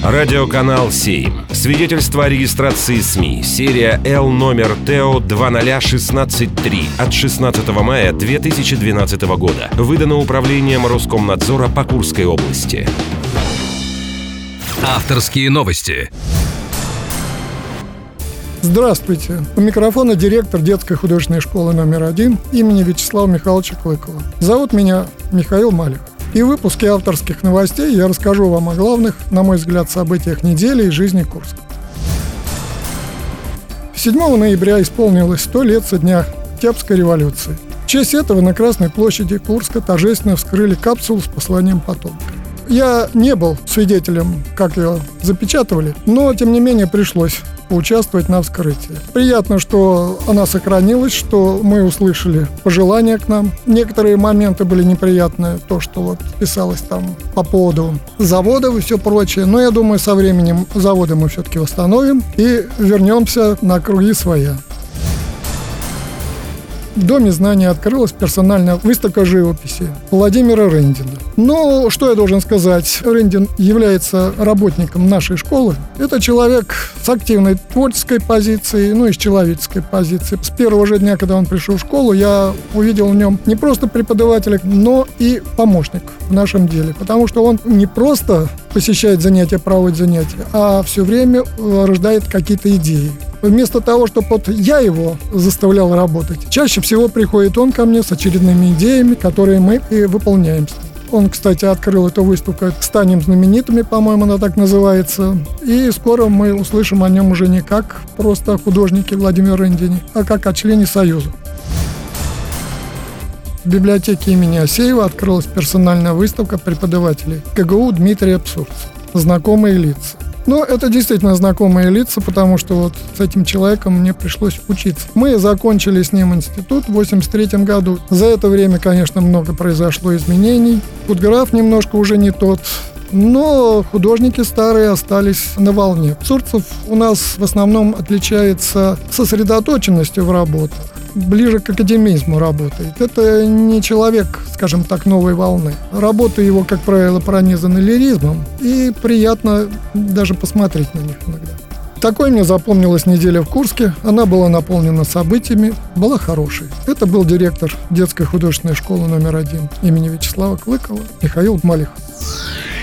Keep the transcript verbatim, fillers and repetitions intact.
Радиоканал семь. Свидетельство о регистрации СМИ. Серия Л номер ТЭО два ноль один шесть три от шестнадцатого мая две тысячи двенадцатого года. Выдано Управлением Роскомнадзора по Курской области. Авторские новости. Здравствуйте. У микрофона директор детской художественной школы номер один имени Вячеслава Михайловича Клыкова. Зовут меня Михаил Малих. И в выпуске авторских новостей я расскажу вам о главных, на мой взгляд, событиях недели и жизни Курска. седьмого ноября исполнилось сто лет со дня Октябрьской революции. В честь этого на Красной площади Курска торжественно вскрыли капсулу с посланием потомка. Я не был свидетелем, как ее запечатывали, но, тем не менее, пришлось поучаствовать на вскрытии. Приятно, что она сохранилась, что мы услышали пожелания к нам. Некоторые моменты были неприятные, то, что вот писалось там по поводу заводов и все прочее. Но я думаю, со временем заводы мы все-таки восстановим и вернемся на круги своя. В Доме знаний открылась персональная выставка живописи Владимира Рындина. Но что я должен сказать? Рындин является работником нашей школы. Это человек с активной творческой позицией, ну и с человеческой позицией. С первого же дня, когда он пришел в школу, я увидел в нем не просто преподавателя, но и помощник в нашем деле. Потому что он не просто посещает занятия, проводит занятия, а все время рождает какие-то идеи. Вместо того, чтобы вот я его заставлял работать, чаще всего приходит он ко мне с очередными идеями, которые мы и выполняем. Он, кстати, открыл эту выставку «Станем знаменитыми», по-моему, она так называется. И скоро мы услышим о нем уже не как просто о художнике Владимире Рындине, а как о члене Союза. В библиотеке имени Асеева открылась персональная выставка преподавателей КГУ Дмитрия Псурца «Знакомые лица». Но это действительно знакомые лица, потому что вот с этим человеком мне пришлось учиться. Мы закончили с ним институт в восемьдесят третьем году. За это время, конечно, много произошло изменений. Фотограф немножко уже не тот, но художники старые остались на волне. Псурцев у нас в основном отличается сосредоточенностью в работах. Ближе к академизму работает. Это не человек, скажем так, новой волны. Работы его, как правило, пронизаны лиризмом, и приятно даже посмотреть на них иногда. Такой мне запомнилась неделя в Курске. Она была наполнена событиями, была хорошей. Это был директор детской художественной школы номер один имени Вячеслава Клыкова Михаил Малих.